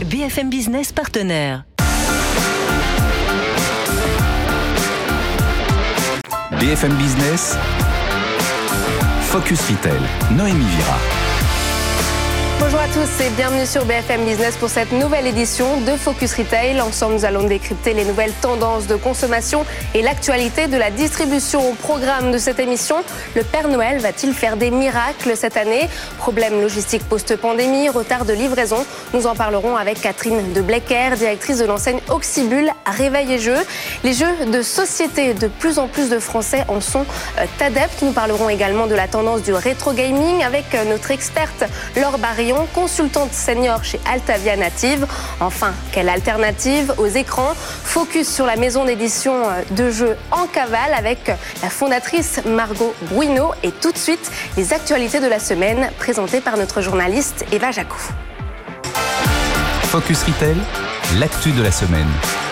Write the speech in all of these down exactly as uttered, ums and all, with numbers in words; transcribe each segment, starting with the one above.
B F M Business partenaire. B F M Business, Focus Retail, Noémie Vira. Bonjour à tous et bienvenue sur B F M Business pour cette nouvelle édition de Focus Retail. Ensemble, nous allons décrypter les nouvelles tendances de consommation et l'actualité de la distribution. Au programme de cette émission, le Père Noël va-t-il faire des miracles cette année ? Problèmes logistiques post-pandémie, retard de livraison. Nous en parlerons avec Catherine de Blecker, directrice de l'enseigne Oxybul Réveil et Jeux. Les jeux de société, de plus en plus de Français en sont adeptes. Nous parlerons également de la tendance du rétro gaming avec notre experte Laure Barry, consultante senior chez Altavia Native. Enfin, quelle alternative aux écrans ? Focus sur la maison d'édition de jeux En Cavale avec la fondatrice Margot Bouineau. Et tout de suite, les actualités de la semaine présentées par notre journaliste Eva Jacou. Focus Retail, l'actu de la semaine.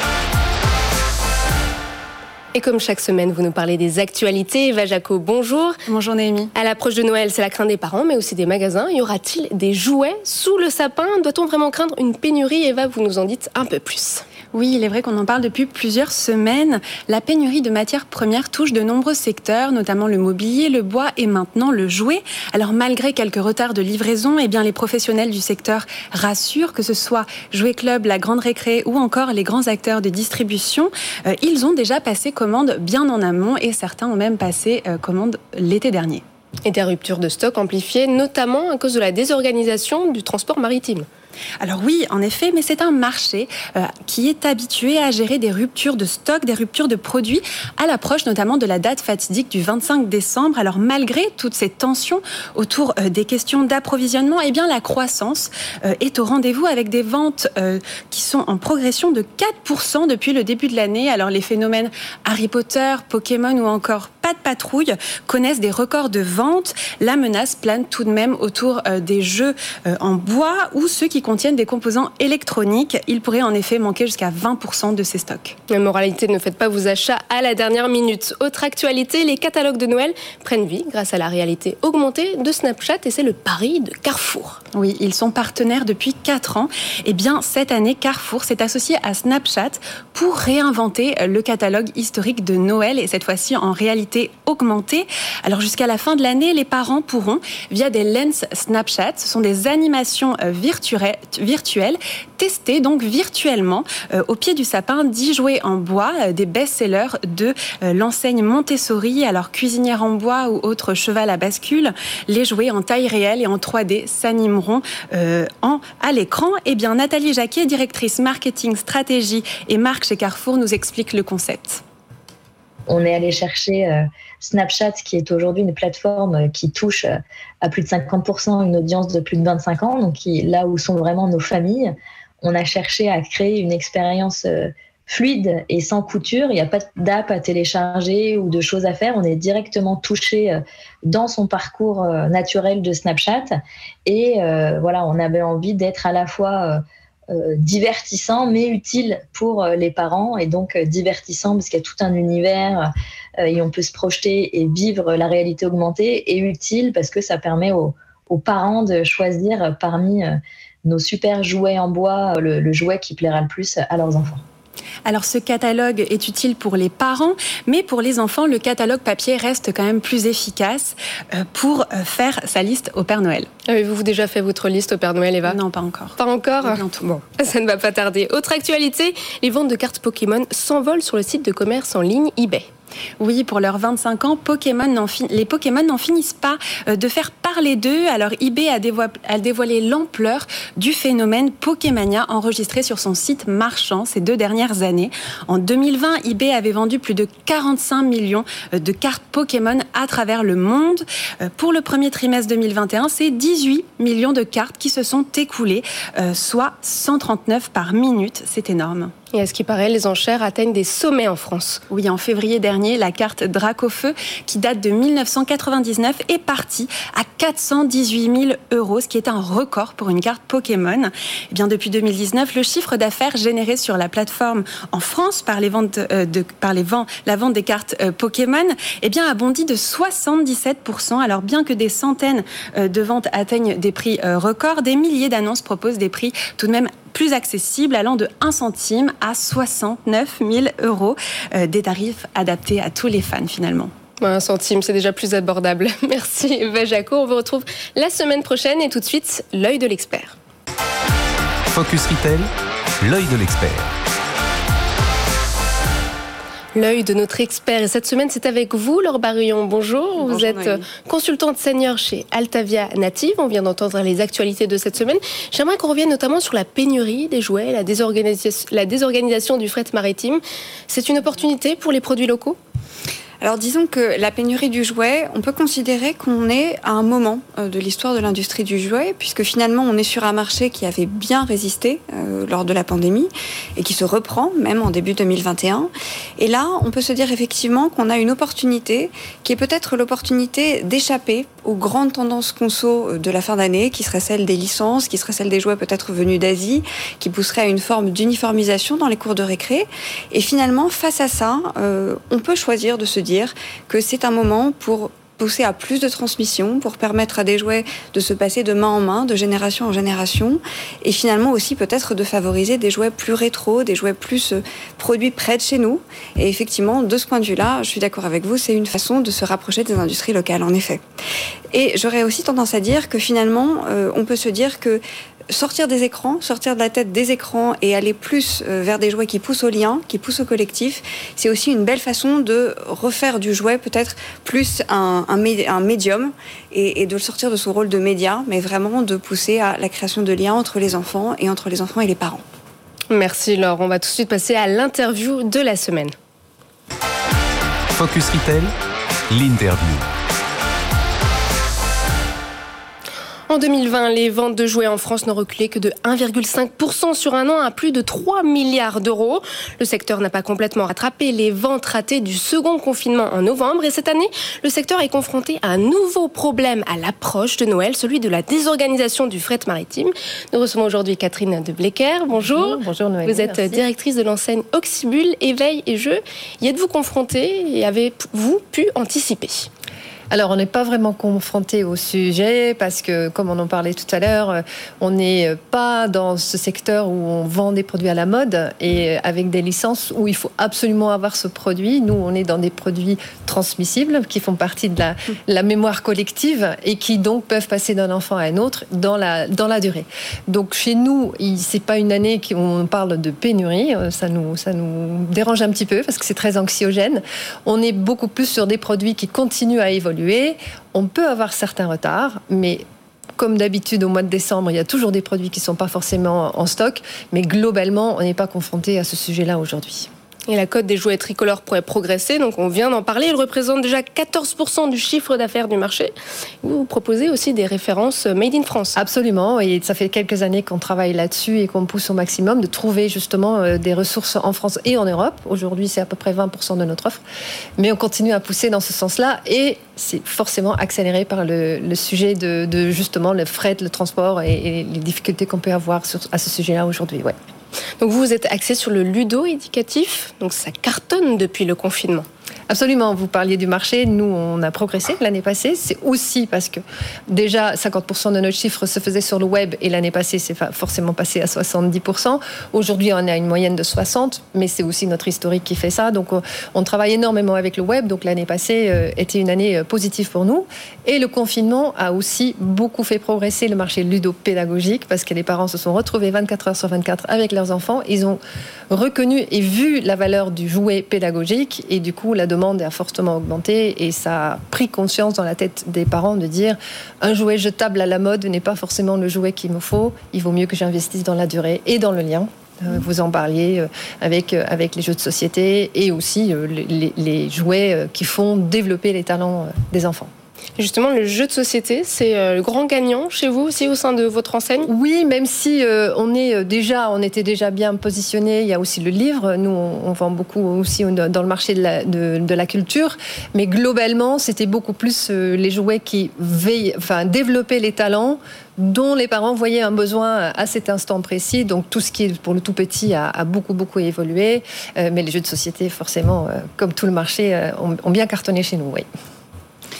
Et comme chaque semaine, vous nous parlez des actualités. Eva Jacot, bonjour. Bonjour Noémie. À l'approche de Noël, c'est la crainte des parents, mais aussi des magasins. Y aura-t-il des jouets sous le sapin ? Doit-on vraiment craindre une pénurie ? Eva, vous nous en dites un peu plus. Oui, il est vrai qu'on en parle depuis plusieurs semaines. La pénurie de matières premières touche de nombreux secteurs, notamment le mobilier, le bois et maintenant le jouet. Alors malgré quelques retards de livraison, eh bien les professionnels du secteur rassurent, que ce soit Jouet Club, la Grande Récré ou encore les grands acteurs de distribution, euh, ils ont déjà passé commande bien en amont et certains ont même passé euh, commande l'été dernier. Et des ruptures de stock amplifiées, notamment à cause de la désorganisation du transport maritime. Alors oui, en effet, mais c'est un marché euh, qui est habitué à gérer des ruptures de stock, des ruptures de produits, à l'approche notamment de la date fatidique du vingt-cinq décembre. Alors malgré toutes ces tensions autour euh, des questions d'approvisionnement, eh bien la croissance euh, est au rendez-vous avec des ventes euh, qui sont en progression de quatre pour cent depuis le début de l'année. Alors les phénomènes Harry Potter, Pokémon ou encore Pas de Patrouille connaissent des records de vente. La menace plane tout de même autour euh, des jeux euh, en bois ou ceux qui contiennent des composants électroniques. Il pourrait en effet manquer jusqu'à vingt pour cent de ces stocks. La moralité, ne faites pas vos achats à la dernière minute. Autre actualité, les catalogues de Noël prennent vie grâce à la réalité augmentée de Snapchat et c'est le pari de Carrefour. Oui, ils sont partenaires depuis quatre ans. Eh bien, cette année, Carrefour s'est associé à Snapchat pour réinventer le catalogue historique de Noël et cette fois-ci en réalité augmentée. Alors jusqu'à la fin de l'année, les parents pourront, via des lens Snapchat, ce sont des animations virtuelles virtuelles, tester donc virtuellement euh, au pied du sapin dix jouets en bois, euh, des best-sellers de euh, l'enseigne Montessori, alors cuisinière en bois ou autre cheval à bascule. Les jouets en taille réelle et en trois D s'animeront euh, en, à l'écran. Eh bien, Nathalie Jacquet, directrice marketing, stratégie et marque chez Carrefour, nous explique le concept. On est allé chercher euh, Snapchat, qui est aujourd'hui une plateforme euh, qui touche euh, à plus de cinquante pour cent une audience de plus de vingt-cinq ans, donc qui, là où sont vraiment nos familles. On a cherché à créer une expérience euh, fluide et sans couture. Il n'y a pas d'app à télécharger ou de choses à faire. On est directement touché euh, dans son parcours euh, naturel de Snapchat. Et euh, voilà, on avait envie d'être à la fois... Euh, Euh, divertissant mais utile pour euh, les parents et donc euh, divertissant parce qu'il y a tout un univers euh, et on peut se projeter et vivre la réalité augmentée, et utile parce que ça permet aux, aux parents de choisir parmi euh, nos super jouets en bois le, le jouet qui plaira le plus à leurs enfants. Alors ce catalogue est utile pour les parents, mais pour les enfants, le catalogue papier reste quand même plus efficace pour faire sa liste au Père Noël. Avez-vous déjà fait votre liste au Père Noël, Eva ? Non, pas encore. Pas encore ? Bientôt. Bon, ça ne va pas tarder. Autre actualité, les ventes de cartes Pokémon s'envolent sur le site de commerce en ligne eBay. Oui, pour leurs vingt-cinq ans, Pokémon n'en fin... les Pokémon n'en finissent pas de faire parler d'eux. Alors eBay a, dévo... a dévoilé l'ampleur du phénomène Pokémania enregistré sur son site marchand ces deux dernières années. En deux mille vingt, eBay avait vendu plus de quarante-cinq millions de cartes Pokémon à travers le monde. Pour le premier trimestre deux mille vingt et un, c'est dix-huit millions de cartes qui se sont écoulées, soit cent trente-neuf par minute. C'est énorme. Et à ce qui paraît, les enchères atteignent des sommets en France. Oui, en février dernier, la carte Dracofeu, qui date de dix-neuf cent quatre-vingt-dix-neuf, est partie à quatre cent dix-huit mille euros, ce qui est un record pour une carte Pokémon. Eh bien, depuis deux mille dix-neuf, le chiffre d'affaires généré sur la plateforme en France par les ventes euh, de, par les ventes, la vente des cartes euh, Pokémon, eh bien, a bondi de soixante-dix-sept pour cent. Alors, bien que des centaines euh, de ventes atteignent des prix euh, records, des milliers d'annonces proposent des prix tout de même plus accessibles, allant de un centime à soixante-neuf mille euros. Euh, des tarifs adaptés à tous les fans finalement. Un centime, c'est déjà plus abordable. Merci Eva Jaco. On vous retrouve la semaine prochaine et tout de suite, l'œil de l'expert. Focus Retail, l'œil de l'expert. L'œil de notre expert. Et cette semaine, c'est avec vous, Laure Barillon. Bonjour. Bonjour. Vous êtes Noémie. Consultante senior chez Altavia Native. On vient d'entendre les actualités de cette semaine. J'aimerais qu'on revienne notamment sur la pénurie des jouets, la désorganisation, la désorganisation du fret maritime. C'est une opportunité pour les produits locaux ? Alors disons que la pénurie du jouet, on peut considérer qu'on est à un moment de l'histoire de l'industrie du jouet, puisque finalement on est sur un marché qui avait bien résisté euh, lors de la pandémie et qui se reprend même en début deux mille vingt et un. Et là, on peut se dire effectivement qu'on a une opportunité qui est peut-être l'opportunité d'échapper aux grandes tendances conso de la fin d'année, qui serait celle des licences, qui serait celle des jouets peut-être venus d'Asie, qui pousserait à une forme d'uniformisation dans les cours de récré. Et finalement, face à ça, euh, on peut choisir de se dire que c'est un moment pour pousser à plus de transmission, pour permettre à des jouets de se passer de main en main, de génération en génération, et finalement aussi peut-être de favoriser des jouets plus rétro, des jouets plus euh, produits près de chez nous. Et effectivement, de ce point de vue-là, je suis d'accord avec vous, c'est une façon de se rapprocher des industries locales, en effet. Et j'aurais aussi tendance à dire que finalement, euh, on peut se dire que sortir des écrans, sortir de la tête des écrans et aller plus vers des jouets qui poussent au lien, qui poussent au collectif, c'est aussi une belle façon de refaire du jouet peut-être plus un, un, un médium et, et de le sortir de son rôle de média, mais vraiment de pousser à la création de liens entre les enfants et entre les enfants et les parents. Merci Laure. On va tout de suite passer à l'interview de la semaine. Focus Retail, l'interview. En deux mille vingt, les ventes de jouets en France n'ont reculé que de un virgule cinq pour cent sur un an à plus de trois milliards d'euros. Le secteur n'a pas complètement rattrapé les ventes ratées du second confinement en novembre. Et cette année, le secteur est confronté à un nouveau problème à l'approche de Noël, celui de la désorganisation du fret maritime. Nous recevons aujourd'hui Catherine de Blecker. Bonjour. Bonjour, bonjour Noël. Vous êtes merci. Directrice de l'enseigne Oxybul, Éveil et Jeux. Y êtes-vous confrontée et avez-vous pu anticiper ? Alors, on n'est pas vraiment confronté au sujet parce que, comme on en parlait tout à l'heure, on n'est pas dans ce secteur où on vend des produits à la mode et avec des licences où il faut absolument avoir ce produit. Nous, on est dans des produits transmissibles qui font partie de la, la mémoire collective et qui donc peuvent passer d'un enfant à un autre dans la, dans la durée. Donc, chez nous, ce n'est pas une année où on parle de pénurie. Ça nous, ça nous dérange un petit peu parce que c'est très anxiogène. On est beaucoup plus sur des produits qui continuent à évoluer. On peut avoir certains retards, mais comme d'habitude au mois de décembre, il y a toujours des produits qui ne sont pas forcément en stock, mais globalement, on n'est pas confronté à ce sujet-là aujourd'hui. Et la cote des jouets tricolores pourrait progresser, donc on vient d'en parler. Elle représente déjà quatorze pour cent du chiffre d'affaires du marché. Vous proposez aussi des références Made in France. Absolument, et ça fait quelques années qu'on travaille là-dessus et qu'on pousse au maximum de trouver justement des ressources en France et en Europe. Aujourd'hui, c'est à peu près vingt pour cent de notre offre, mais on continue à pousser dans ce sens-là et c'est forcément accéléré par le, le sujet de, de justement le fret, le transport et, et les difficultés qu'on peut avoir sur, à ce sujet-là aujourd'hui. Ouais. Donc vous, vous êtes axé sur le ludo-éducatif, donc ça cartonne depuis le confinement. Absolument, vous parliez du marché, nous on a progressé l'année passée, c'est aussi parce que déjà cinquante pour cent de notre chiffre se faisait sur le web et l'année passée c'est forcément passé à soixante-dix pour cent. Aujourd'hui on est à une moyenne de soixante, mais c'est aussi notre historique qui fait ça, donc on travaille énormément avec le web, donc l'année passée était une année positive pour nous. Et le confinement a aussi beaucoup fait progresser le marché ludopédagogique parce que les parents se sont retrouvés vingt-quatre heures sur vingt-quatre avec leurs enfants, ils ont reconnu et vu la valeur du jouet pédagogique et du coup la demande a fortement augmenté et ça a pris conscience dans la tête des parents de dire un jouet jetable à la mode n'est pas forcément le jouet qu'il me faut, il vaut mieux que j'investisse dans la durée et dans le lien. Vous en parliez avec, avec les jeux de société et aussi les, les jouets qui font développer les talents des enfants. Justement, le jeu de société, c'est le grand gagnant chez vous aussi au sein de votre enseigne ? Oui, même si euh, on est déjà, on était déjà bien positionné. Il y a aussi le livre. Nous, on, on vend beaucoup aussi dans le marché de la, de, de la culture. Mais globalement, c'était beaucoup plus euh, les jouets qui veillent, enfin, développaient les talents dont les parents voyaient un besoin à cet instant précis. Donc tout ce qui est pour le tout petit a, a beaucoup, beaucoup évolué. Euh, mais les jeux de société, forcément, euh, comme tout le marché, euh, ont, ont bien cartonné chez nous, oui.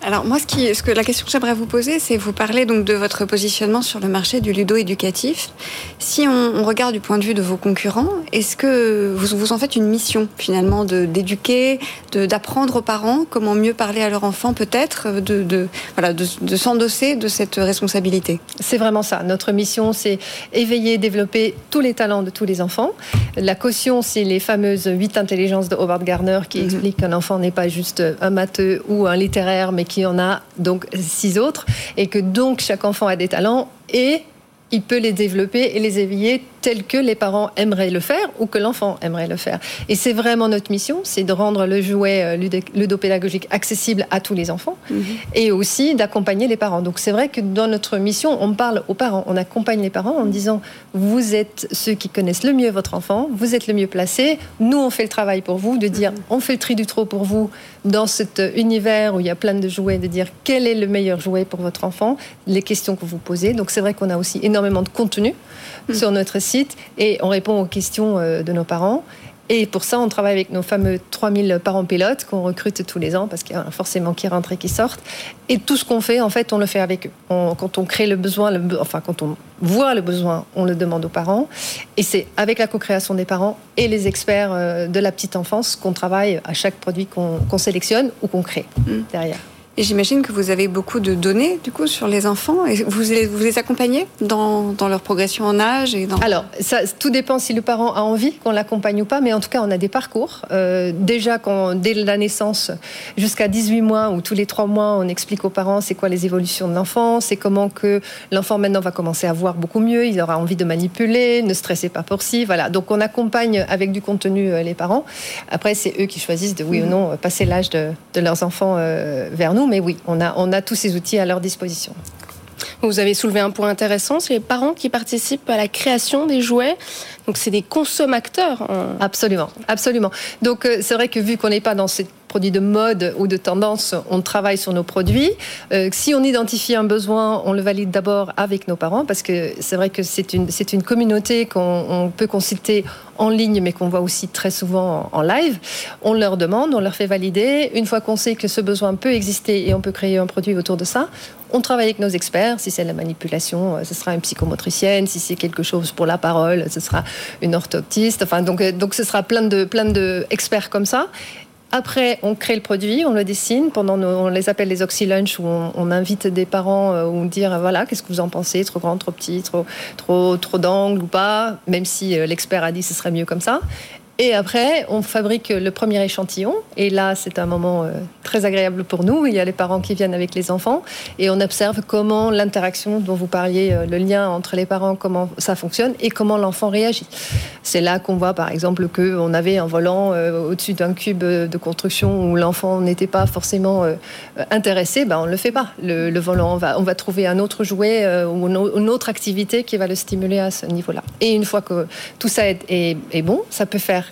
Alors moi, ce, qui, ce que la question que j'aimerais vous poser, c'est vous parler donc de votre positionnement sur le marché du ludo-éducatif. Si on, on regarde du point de vue de vos concurrents, est-ce que vous, vous en faites une mission finalement de, d'éduquer, de, d'apprendre aux parents comment mieux parler à leur enfant peut-être, de, de, voilà, de, de s'endosser de cette responsabilité? C'est vraiment ça. Notre mission, c'est éveiller, développer tous les talents de tous les enfants. La caution, c'est les fameuses huit intelligences de Howard Gardner qui mm-hmm. expliquent qu'un enfant n'est pas juste un matheux ou un littéraire, mais qui en a donc six autres, et que donc chaque enfant a des talents et il peut les développer et les éveiller tels que les parents aimeraient le faire ou que l'enfant aimerait le faire. Et c'est vraiment notre mission, c'est de rendre le jouet ludopédagogique accessible à tous les enfants mmh. et aussi d'accompagner les parents. Donc c'est vrai que dans notre mission, on parle aux parents, on accompagne les parents en disant vous êtes ceux qui connaissent le mieux votre enfant, vous êtes le mieux placés, nous on fait le travail pour vous, de dire mmh. on fait le tri du trop pour vous dans cet univers où il y a plein de jouets, de dire quel est le meilleur jouet pour votre enfant, les questions que vous posez. Donc c'est vrai qu'on a aussi énormément de contenu mmh. sur notre site et on répond aux questions de nos parents. Et pour ça, on travaille avec nos fameux trois mille parents pilotes qu'on recrute tous les ans parce qu'il y en a forcément qui rentrent et qui sortent. Et tout ce qu'on fait, en fait, on le fait avec eux. On, quand on crée le besoin, le, enfin, quand on voit le besoin, on le demande aux parents. Et c'est avec la co-création des parents et les experts de la petite enfance qu'on travaille à chaque produit qu'on, qu'on sélectionne ou qu'on crée mmh. derrière. Et j'imagine que vous avez beaucoup de données, du coup, sur les enfants. Et vous les, vous les accompagnez dans, dans leur progression en âge et dans... Alors, ça, tout dépend si le parent a envie qu'on l'accompagne ou pas. Mais en tout cas, on a des parcours. Euh, déjà, quand, dès la naissance jusqu'à dix-huit mois, ou tous les trois mois, on explique aux parents c'est quoi les évolutions de l'enfant, c'est comment que l'enfant, maintenant, va commencer à voir beaucoup mieux. Il aura envie de manipuler, ne stressez pas pour ci. Voilà. Donc, on accompagne avec du contenu euh, les parents. Après, c'est eux qui choisissent de, oui mmh. ou non, passer l'âge de, de leurs enfants euh, vers nous. Mais oui, on a, on a tous ces outils à leur disposition. Vous avez soulevé un point intéressant, c'est les parents qui participent à la création des jouets. Donc, c'est des consommateurs. Hein. Absolument, absolument. Donc, c'est vrai que vu qu'on n'est pas dans ces produits de mode ou de tendance, on travaille sur nos produits. Euh, si on identifie un besoin, on le valide d'abord avec nos parents parce que c'est vrai que c'est une, c'est une communauté qu'on on peut consulter en ligne, mais qu'on voit aussi très souvent en live. On leur demande, on leur fait valider. Une fois qu'on sait que ce besoin peut exister et on peut créer un produit autour de ça, on travaille avec nos experts. Si c'est la manipulation, ce sera une psychomotricienne. Si c'est quelque chose pour la parole, ce sera une orthoptiste. Enfin, donc, donc ce sera plein de, plein de experts comme ça. Après, on crée le produit, on le dessine. Pendant nos, on les appelle les Oxy-Lunch, où on, on invite des parents euh, ou dire voilà, qu'est-ce que vous en pensez, trop grand, trop petit, trop, trop, trop d'angle ou pas, même si euh, l'expert a dit que ce serait mieux comme ça. Et après, on fabrique le premier échantillon. Et là, c'est un moment euh, très agréable pour nous. Il y a les parents qui viennent avec les enfants. Et on observe comment l'interaction dont vous parliez, euh, le lien entre les parents, comment ça fonctionne et comment l'enfant réagit. C'est là qu'on voit, par exemple, qu'on avait un volant euh, au-dessus d'un cube de construction où l'enfant n'était pas forcément euh, intéressé. Ben, on ne le fait pas. Le, le volant, on va, on va trouver un autre jouet euh, ou une autre activité qui va le stimuler à ce niveau-là. Et une fois que tout ça est, est, est bon, ça peut faire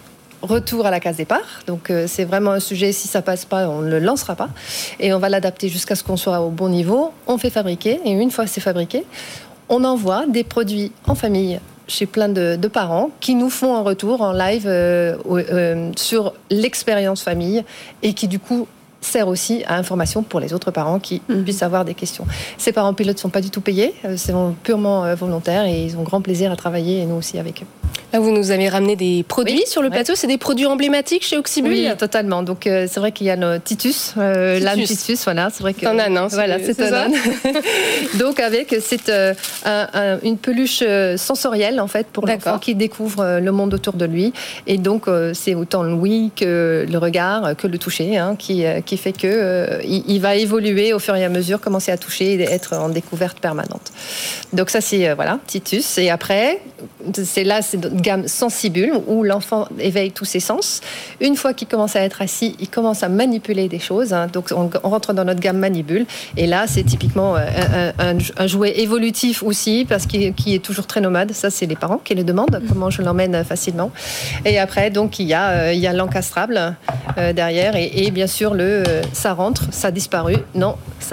retour à la case départ. Donc euh, c'est vraiment un sujet, si ça passe pas, on ne le lancera pas. Et on va l'adapter jusqu'à ce qu'on soit au bon niveau. On fait fabriquer. Et une fois que c'est fabriqué, on envoie des produits en famille chez plein de, de parents qui nous font un retour en live euh, euh, sur l'expérience famille et qui du coup sert aussi à information pour les autres parents qui mmh. puissent avoir des questions. Ces parents pilotes ne sont pas du tout payés, c'est purement volontaire et ils ont grand plaisir à travailler et nous aussi avec eux. Là, vous nous avez ramené des produits oui, sur le plateau, ouais. C'est des produits emblématiques chez Oxybul. Oui, totalement. Donc euh, c'est vrai qu'il y a le Titus, euh, Titus. l'âne Titus, voilà, c'est vrai que c'est un âne, hein, voilà, c'est, c'est un âne. Donc avec c'est euh, un, un, une peluche sensorielle en fait pour D'accord. l'enfant qui découvre le monde autour de lui et donc euh, c'est autant l'ouïe que le regard que le toucher hein, qui euh, qui fait que euh, il, il va évoluer au fur et à mesure, commencer à toucher et être en découverte permanente. Donc ça c'est euh, voilà Titus et après c'est là c'est notre gamme Sensibule où l'enfant éveille tous ses sens. Une fois qu'il commence à être assis, il commence à manipuler des choses. Hein, donc on, on rentre dans notre gamme Manibule et là c'est typiquement un, un, un jouet évolutif aussi parce qu'il qui est toujours très nomade. Ça c'est les parents qui le demandent. Comment je l'emmène facilement. Et après donc il y a euh, il y a l'encastrable euh, derrière et, et bien sûr le euh, ça rentre, ça a disparu. Non, ça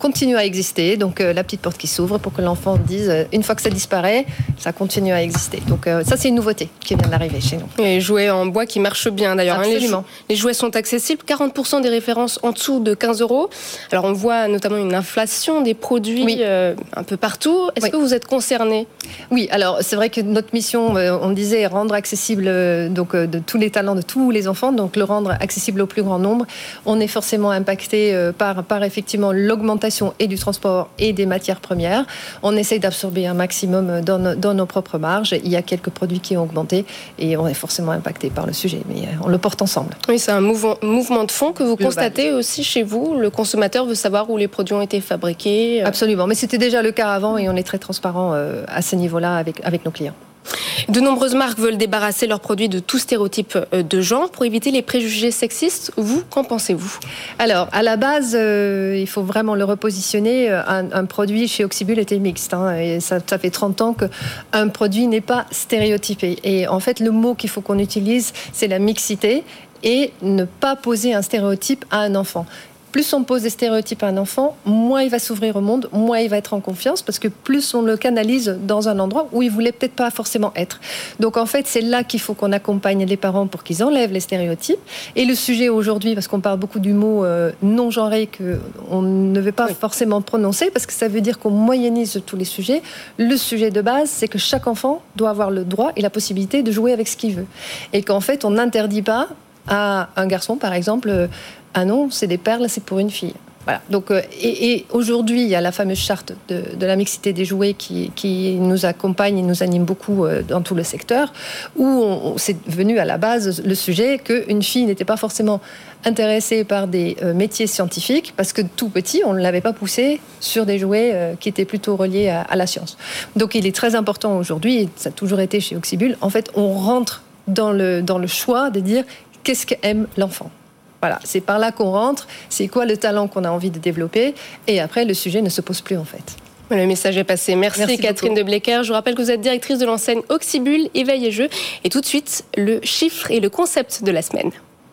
continue à exister. Donc euh, la petite porte qui s'ouvre pour que l'enfant dise, euh, une fois que ça disparaît, ça continue à exister. Donc euh, ça, c'est une nouveauté qui vient d'arriver chez nous. Et les jouets en bois qui marchent bien d'ailleurs. Absolument. Hein, les, jou- les jouets sont accessibles, quarante pour cent des références en dessous de quinze euros. Alors on voit notamment une inflation des produits oui. euh, un peu partout. Est-ce oui. que vous êtes concerné ? Oui, alors c'est vrai que notre mission, euh, on disait rendre accessible euh, donc, euh, de tous les talents de tous les enfants, donc le rendre accessible au plus grand nombre. On est forcément impacté euh, par, par effectivement l'augmentation et du transport et des matières premières. On essaye d'absorber un maximum dans, no, dans nos propres marges. Il y a quelques produits qui ont augmenté et on est forcément impacté par le sujet, mais on le porte ensemble. Oui, c'est un mouvement, mouvement de fond que vous Global. Constatez aussi chez vous. Le consommateur veut savoir où les produits ont été fabriqués. Absolument, mais c'était déjà le cas avant et on est très transparent euh, à ce niveau-là avec, avec nos clients. De nombreuses marques veulent débarrasser leurs produits de tout stéréotype de genre pour éviter les préjugés sexistes. Vous, qu'en pensez-vous ? Alors, à la base, euh, il faut vraiment le repositionner. Un, un produit chez Oxybul était mixte. Hein, et ça, ça fait trente ans qu'un produit n'est pas stéréotypé. Et en fait, le mot qu'il faut qu'on utilise, c'est la mixité et ne pas poser un stéréotype à un enfant. Plus on pose des stéréotypes à un enfant, moins il va s'ouvrir au monde, moins il va être en confiance, parce que plus on le canalise dans un endroit où il voulait peut-être pas forcément être. Donc en fait, c'est là qu'il faut qu'on accompagne les parents pour qu'ils enlèvent les stéréotypes. Et le sujet aujourd'hui, parce qu'on parle beaucoup du mot euh, non-genré qu'on ne veut pas oui. forcément prononcer, parce que ça veut dire qu'on moyennise tous les sujets. Le sujet de base, c'est que chaque enfant doit avoir le droit et la possibilité de jouer avec ce qu'il veut. Et qu'en fait, on n'interdit pas à un garçon, par exemple, euh, ah non, c'est des perles, c'est pour une fille. Voilà. Donc, euh, et, et aujourd'hui, il y a la fameuse charte de, de la mixité des jouets qui, qui nous accompagne et nous anime beaucoup euh, dans tout le secteur, où on, on, c'est venu à la base le sujet qu'une fille n'était pas forcément intéressée par des euh, métiers scientifiques, parce que tout petit, on ne l'avait pas poussé sur des jouets euh, qui étaient plutôt reliés à, à la science. Donc il est très important aujourd'hui, et ça a toujours été chez Oxybul, en fait, on rentre dans le, dans le choix de dire qu'est-ce qu'aime l'enfant. Voilà, c'est par là qu'on rentre, c'est quoi le talent qu'on a envie de développer, et après, le sujet ne se pose plus, en fait. Le message est passé. Merci, Merci Catherine beaucoup. De Blecker. Je vous rappelle que vous êtes directrice de l'enseigne Oxybul, Éveil et Jeux. Et tout de suite, le chiffre et le concept de la semaine.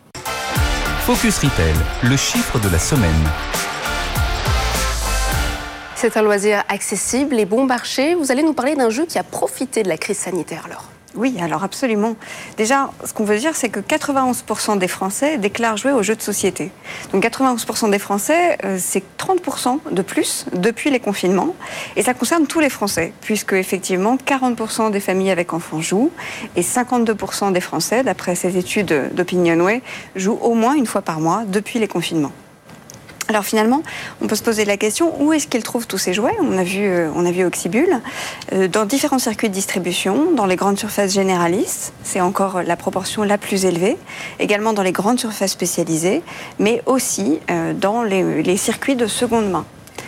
Focus Retail, le chiffre de la semaine. C'est un loisir accessible et bon marché. Vous allez nous parler d'un jeu qui a profité de la crise sanitaire, alors. Oui, alors absolument. Déjà, ce qu'on veut dire, c'est que quatre-vingt-onze pour cent des Français déclarent jouer aux jeux de société. Donc quatre-vingt-onze pour cent des Français, euh, c'est trente pour cent de plus depuis les confinements. Et ça concerne tous les Français, puisque effectivement, quarante pour cent des familles avec enfants jouent et cinquante-deux pour cent des Français, d'après ces études d'Opinionway, jouent au moins une fois par mois depuis les confinements. Alors finalement, on peut se poser la question, où est-ce qu'ils trouvent tous ces jouets ? On a vu, euh, on a vu Oxybul, euh, dans différents circuits de distribution, dans les grandes surfaces généralistes, c'est encore la proportion la plus élevée, également dans les grandes surfaces spécialisées, mais aussi euh, dans les, les circuits de seconde main.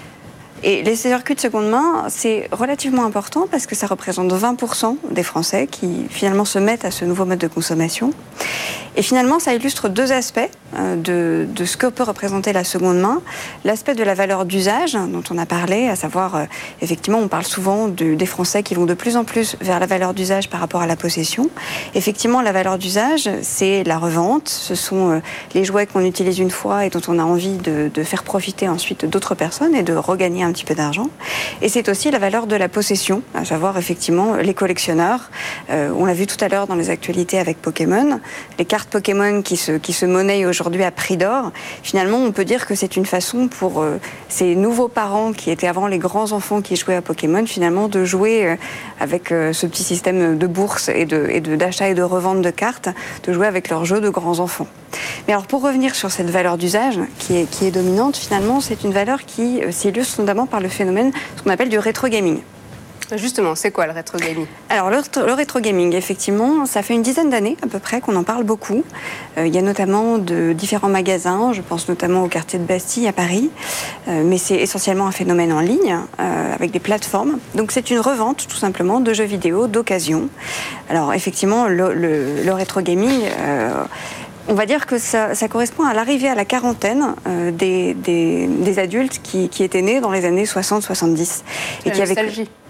Et les circuits de seconde main, c'est relativement important parce que ça représente vingt pour cent des Français qui finalement se mettent à ce nouveau mode de consommation. Et finalement, ça illustre deux aspects de, de ce que peut représenter la seconde main. L'aspect de la valeur d'usage dont on a parlé, à savoir, euh, effectivement, on parle souvent de, des Français qui vont de plus en plus vers la valeur d'usage par rapport à la possession. Effectivement, la valeur d'usage, c'est la revente. Ce sont euh, les jouets qu'on utilise une fois et dont on a envie de, de faire profiter ensuite d'autres personnes et de regagner un petit peu d'argent. Et c'est aussi la valeur de la possession, à savoir, effectivement, les collectionneurs. Euh, on l'a vu tout à l'heure dans les actualités avec Pokémon. Les cartes Pokémon qui se, qui se monnaient aujourd'hui à prix d'or, finalement, on peut dire que c'est une façon pour euh, ces nouveaux parents qui étaient avant les grands enfants qui jouaient à Pokémon, finalement, de jouer euh, avec euh, ce petit système de bourse et, de, et de, d'achat et de revente de cartes, de jouer avec leurs jeux de grands enfants. Mais alors, pour revenir sur cette valeur d'usage qui est, qui est dominante, finalement, c'est une valeur qui euh, s'illustre notamment par le phénomène, ce qu'on appelle du rétro gaming. Justement, c'est quoi le rétro gaming ? Alors le, le rétro gaming, effectivement, ça fait une dizaine d'années à peu près qu'on en parle beaucoup. Euh, il y a notamment de différents magasins, je pense notamment au quartier de Bastille à Paris, euh, mais c'est essentiellement un phénomène en ligne euh, avec des plateformes. Donc c'est une revente tout simplement de jeux vidéo d'occasion. Alors effectivement, le, le, le rétro gaming. Euh, On va dire que ça, ça correspond à l'arrivée à la quarantaine euh, des, des, des adultes qui, qui étaient nés dans les années soixante soixante-dix. Et qui avaient... nostalgie.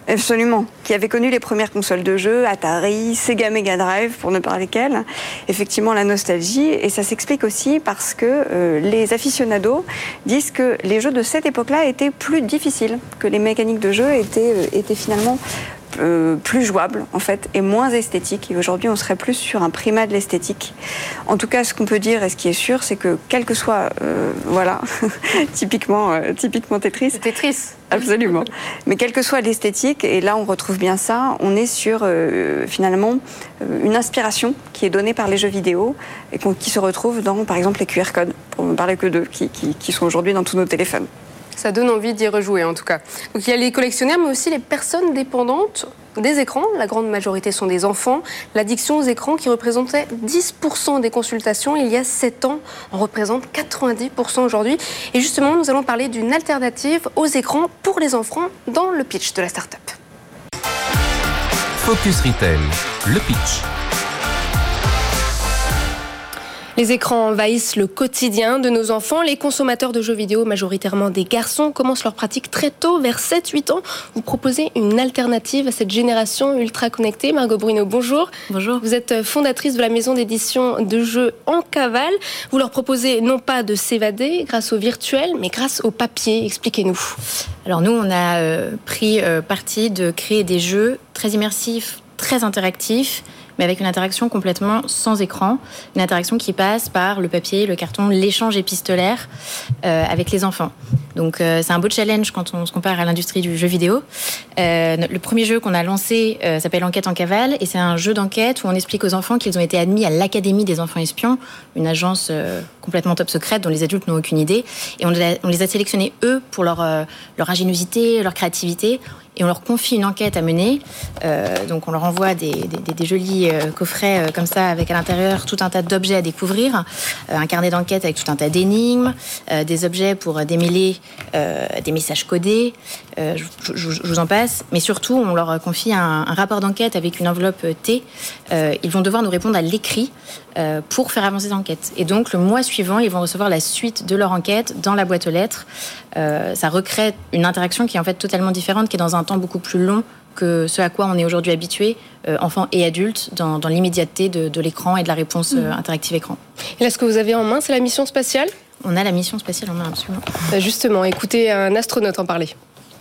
Absolument. Qui avait connu les premières consoles de jeux, Atari, Sega Mega Drive, pour ne parler qu'elles. Effectivement, la nostalgie. Et ça s'explique aussi parce que euh, les aficionados disent que les jeux de cette époque-là étaient plus difficiles, que les mécaniques de jeu étaient, euh, étaient finalement Euh, plus jouable en fait et moins esthétique, et aujourd'hui on serait plus sur un primat de l'esthétique. En tout cas, ce qu'on peut dire et ce qui est sûr, c'est que quel que soit euh, voilà typiquement euh, typiquement Tetris Tetris absolument, mais quelle que soit l'esthétique, et là on retrouve bien ça, on est sur euh, finalement euh, une inspiration qui est donnée par les jeux vidéo et qui se retrouve dans par exemple les Q R codes, pour ne parler que d'eux, qui, qui, qui sont aujourd'hui dans tous nos téléphones. Ça donne envie d'y rejouer en tout cas. Donc il y a les collectionneurs mais aussi les personnes dépendantes des écrans. La grande majorité sont des enfants. L'addiction aux écrans qui représentait dix pour cent des consultations il y a sept ans en représente quatre-vingt-dix pour cent aujourd'hui. Et justement, nous allons parler d'une alternative aux écrans pour les enfants dans le pitch de la start-up. Focus Retail, le pitch. Les écrans envahissent le quotidien de nos enfants. Les consommateurs de jeux vidéo, majoritairement des garçons, commencent leur pratique très tôt, vers sept huit ans. Vous proposez une alternative à cette génération ultra connectée. Margot Bruno, bonjour. Bonjour. Vous êtes fondatrice de la maison d'édition de jeux En Cavale. Vous leur proposez non pas de s'évader grâce au virtuel, mais grâce au papier. Expliquez-nous. Alors nous, on a euh, pris euh, parti de créer des jeux très immersifs, très interactifs, mais avec une interaction complètement sans écran, une interaction qui passe par le papier, le carton, l'échange épistolaire euh, avec les enfants. Donc euh, c'est un beau challenge quand on se compare à l'industrie du jeu vidéo. Euh, le premier jeu qu'on a lancé euh, s'appelle Enquête en cavale, et c'est un jeu d'enquête où on explique aux enfants qu'ils ont été admis à l'Académie des enfants espions, une agence euh, complètement top secrète dont les adultes n'ont aucune idée, et on, a, on les a sélectionnés eux pour leur, euh, leur ingéniosité, leur créativité. Et on leur confie une enquête à mener. Euh, donc on leur envoie des, des, des jolis euh, coffrets euh, comme ça, avec à l'intérieur tout un tas d'objets à découvrir, euh, un carnet d'enquête avec tout un tas d'énigmes, euh, des objets pour démêler euh, des messages codés, euh, je, je, je vous en passe. Mais surtout, on leur confie un, un rapport d'enquête avec une enveloppe T. Euh, ils vont devoir nous répondre à l'écrit euh, pour faire avancer l'enquête. Et donc le mois suivant, ils vont recevoir la suite de leur enquête dans la boîte aux lettres. Euh, ça recrée une interaction qui est en fait totalement différente, qui est dans un temps beaucoup plus long que ce à quoi on est aujourd'hui habitué, euh, enfants et adultes, dans, dans l'immédiateté de, de l'écran et de la réponse euh, interactive écran. Et là, ce que vous avez en main, c'est la mission spatiale ? On a la mission spatiale en main, absolument. Bah justement, écoutez un astronaute en parler.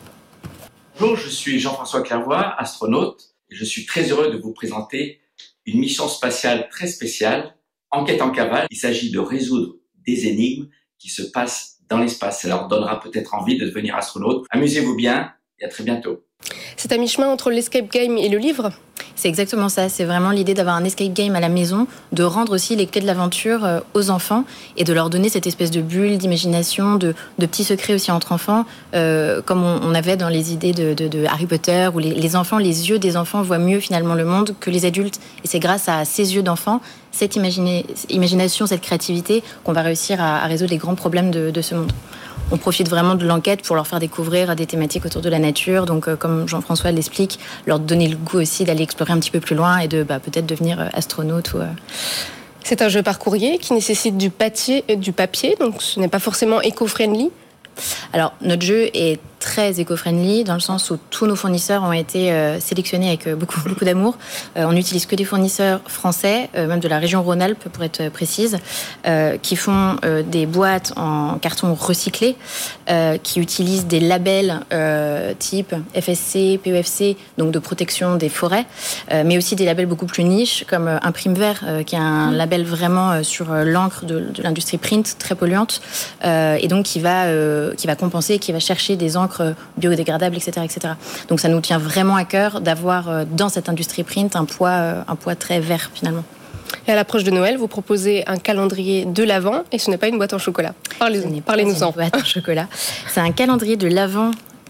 Bonjour, je suis Jean-François Clairvoy, astronaute, et je suis très heureux de vous présenter une mission spatiale très spéciale, Enquête en cavale. Il s'agit de résoudre des énigmes qui se passent dans l'espace. Ça leur donnera peut-être envie de devenir astronaute. Amusez-vous bien et à très bientôt. C'est à mi-chemin entre l'escape game et le livre ? C'est exactement ça, c'est vraiment l'idée d'avoir un escape game à la maison, de rendre aussi les clés de l'aventure aux enfants et de leur donner cette espèce de bulle d'imagination, de, de petits secrets aussi entre enfants, euh, comme on, on avait dans les idées de, de, de Harry Potter, où les, les enfants, les yeux des enfants voient mieux finalement le monde que les adultes. Et c'est grâce à ces yeux d'enfants, cette imagina- imagination, cette créativité, qu'on va réussir à, à résoudre les grands problèmes de, de ce monde. On profite vraiment de l'enquête pour leur faire découvrir des thématiques autour de la nature. Donc, euh, comme Jean-François l'explique, leur donner le goût aussi d'aller explorer un petit peu plus loin et de bah, peut-être devenir euh, astronaute. Ou, euh... C'est un jeu par courrier qui nécessite du papier, euh, du papier, donc ce n'est pas forcément éco-friendly. Alors, notre jeu est très éco-friendly dans le sens où tous nos fournisseurs ont été euh, sélectionnés avec euh, beaucoup, beaucoup d'amour. Euh, on n'utilise que des fournisseurs français, euh, même de la région Rhône-Alpes pour être précise, euh, qui font euh, des boîtes en carton recyclé, euh, qui utilisent des labels euh, type F S C, P E F C, donc de protection des forêts, euh, mais aussi des labels beaucoup plus niches comme euh, Imprime Vert, euh, qui est un mmh. label vraiment euh, sur euh, l'encre de, de l'industrie print, très polluante, euh, et donc qui va, euh, qui va compenser, qui va chercher des encres biodégradables, et cetera, et cetera. Donc ça nous tient vraiment à cœur d'avoir dans cette industrie print un poids, un poids très vert finalement. Et à l'approche de Noël, vous proposez un calendrier de l'Avent et ce n'est pas une boîte en chocolat. Parlez-nous, parlez-nous-en. Une boîte en chocolat. C'est un calendrier de l'Avent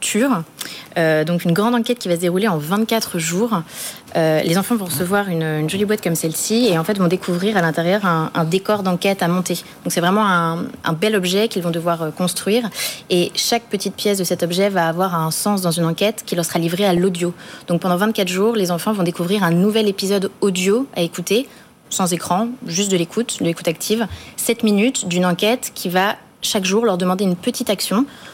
Euh, donc une grande enquête qui va se dérouler en vingt-quatre jours. Euh, les enfants vont recevoir une, une jolie boîte comme celle-ci et en fait vont découvrir à l'intérieur un, un décor d'enquête à monter. Donc c'est vraiment un, un bel objet qu'ils vont devoir construire et chaque petite pièce de cet objet va avoir un sens dans une enquête qui leur sera livrée à l'audio. Donc pendant vingt-quatre jours, les enfants vont découvrir un nouvel épisode audio à écouter, sans écran, juste de l'écoute, de l'écoute active, sept minutes d'une enquête qui va chaque jour leur demander une petite action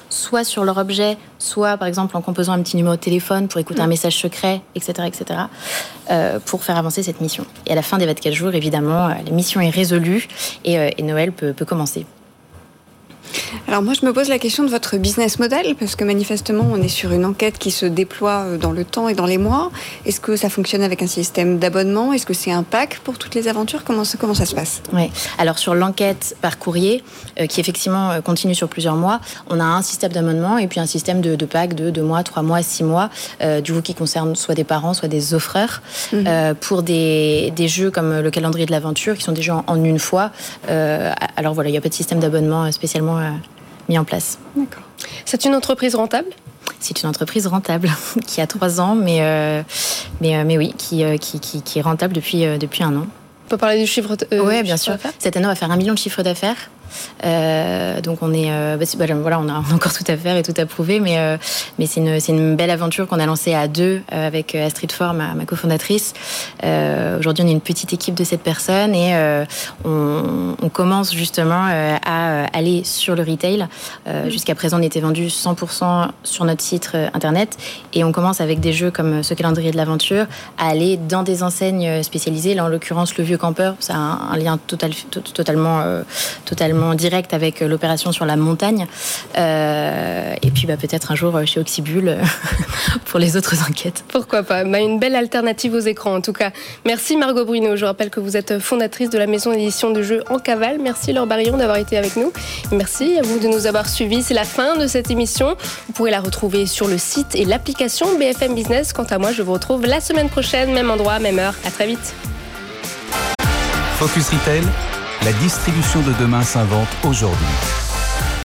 soit sur leur objet, soit par exemple en composant un petit numéro de téléphone pour écouter mmh. un message secret, et cetera, et cetera, euh, pour faire avancer cette mission. Et à la fin des vingt-quatre jours, évidemment, euh, la mission est résolue et, euh, et Noël peut, peut commencer. Alors moi je me pose la question de votre business model, parce que manifestement on est sur une enquête qui se déploie dans le temps et dans les mois. Est-ce que ça fonctionne avec un système d'abonnement ? Est-ce que c'est un pack pour toutes les aventures ? Comment ça, comment ça se passe ? Oui, alors sur l'enquête par courrier, euh, qui effectivement euh, continue sur plusieurs mois, on a un système d'abonnement et puis un système de, de pack de deux mois, trois mois, six mois, euh, du coup qui concerne soit des parents, soit des offreurs, mmh. euh, pour des, des jeux comme le calendrier de l'aventure, qui sont des jeux en, en une fois. Euh, alors voilà, il n'y a pas de système d'abonnement spécialement euh, mis en place. D'accord. C'est une entreprise rentable ? C'est une entreprise rentable qui a trois ans, mais, euh, mais, mais oui, qui, qui, qui, qui est rentable depuis, euh, depuis un an. On peut parler du chiffre d'affaires ? Oui, bien sûr. Cette année, on va faire un million de chiffre d'affaires. Euh, donc on est, euh, bah, bah, voilà, on a encore tout à faire et tout à prouver, mais euh, mais c'est une c'est une belle aventure qu'on a lancée à deux euh, avec Astrid Faure, ma, ma cofondatrice. Euh, aujourd'hui, on est une petite équipe de sept personnes et euh, on, on commence justement euh, à aller sur le retail. Euh, mmh. Jusqu'à présent, on était vendu cent pour cent sur notre site euh, internet et on commence avec des jeux comme ce calendrier de l'aventure à aller dans des enseignes spécialisées. Là, en l'occurrence, le Vieux Campeur, ça a un, un lien total, to- totalement euh, totalement direct avec l'opération sur la montagne, euh, et puis bah, peut-être un jour chez Oxybul pour les autres enquêtes. Pourquoi pas, bah, une belle alternative aux écrans en tout cas. Merci Margot Bruno, je rappelle que vous êtes fondatrice de la maison d'édition de jeux En Cavale. Merci Laure Barillon d'avoir été avec nous. Et merci à vous de nous avoir suivis. C'est la fin de cette émission. Vous pourrez la retrouver sur le site et l'application B F M Business. Quant à moi, je vous retrouve la semaine prochaine, même endroit, même heure. À très vite. Focus Retail, la distribution de demain s'invente aujourd'hui.